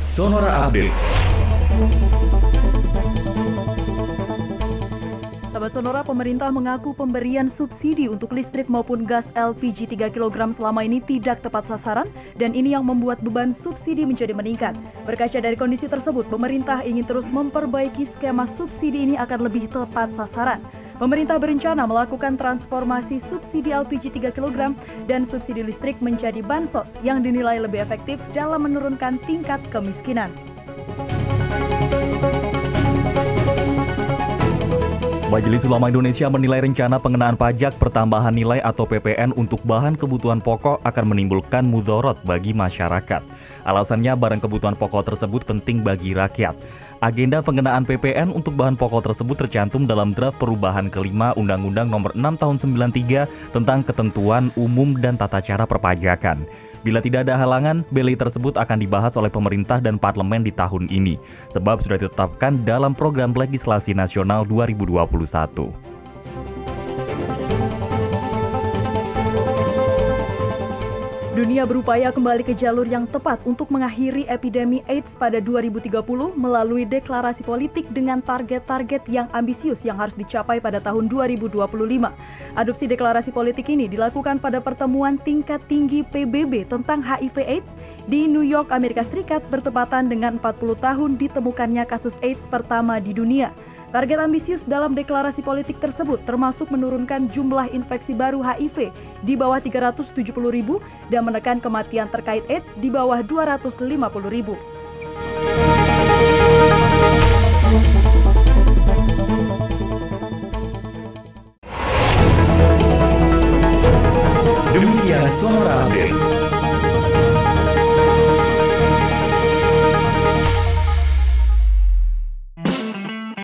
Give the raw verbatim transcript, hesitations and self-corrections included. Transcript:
Sonora Update. Sahabat Sonora, pemerintah mengaku pemberian subsidi untuk listrik maupun gas L P G tiga kilogram selama ini tidak tepat sasaran dan ini yang membuat beban subsidi menjadi meningkat. Berkaca dari kondisi tersebut, pemerintah ingin terus memperbaiki skema subsidi ini akan lebih tepat sasaran. Pemerintah berencana melakukan transformasi subsidi L P G tiga kilogram dan subsidi listrik menjadi bansos yang dinilai lebih efektif dalam menurunkan tingkat kemiskinan. Majelis Ulama Indonesia menilai rencana pengenaan pajak pertambahan nilai atau P P N untuk bahan kebutuhan pokok akan menimbulkan mudorot bagi masyarakat. Alasannya barang kebutuhan pokok tersebut penting bagi rakyat. Agenda pengenaan P P N untuk bahan pokok tersebut tercantum dalam draft perubahan kelima Undang-Undang Nomor enam Tahun sembilan puluh tiga tentang Ketentuan Umum dan Tata Cara Perpajakan. Bila tidak ada halangan, B L I tersebut akan dibahas oleh pemerintah dan parlemen di tahun ini, sebab sudah ditetapkan dalam program legislasi nasional dua ribu dua puluh satu. Dunia berupaya kembali ke jalur yang tepat untuk mengakhiri epidemi AIDS pada dua ribu tiga puluh melalui deklarasi politik dengan target-target yang ambisius yang harus dicapai pada tahun dua ribu dua puluh lima. Adopsi deklarasi politik ini dilakukan pada pertemuan tingkat tinggi P B B tentang H I V AIDS di New York, Amerika Serikat bertepatan dengan empat puluh tahun ditemukannya kasus AIDS pertama di dunia. Target ambisius dalam deklarasi politik tersebut termasuk menurunkan jumlah infeksi baru H I V di bawah tiga ratus tujuh puluh ribu dan menekan kematian terkait AIDS di bawah dua ratus lima puluh ribu.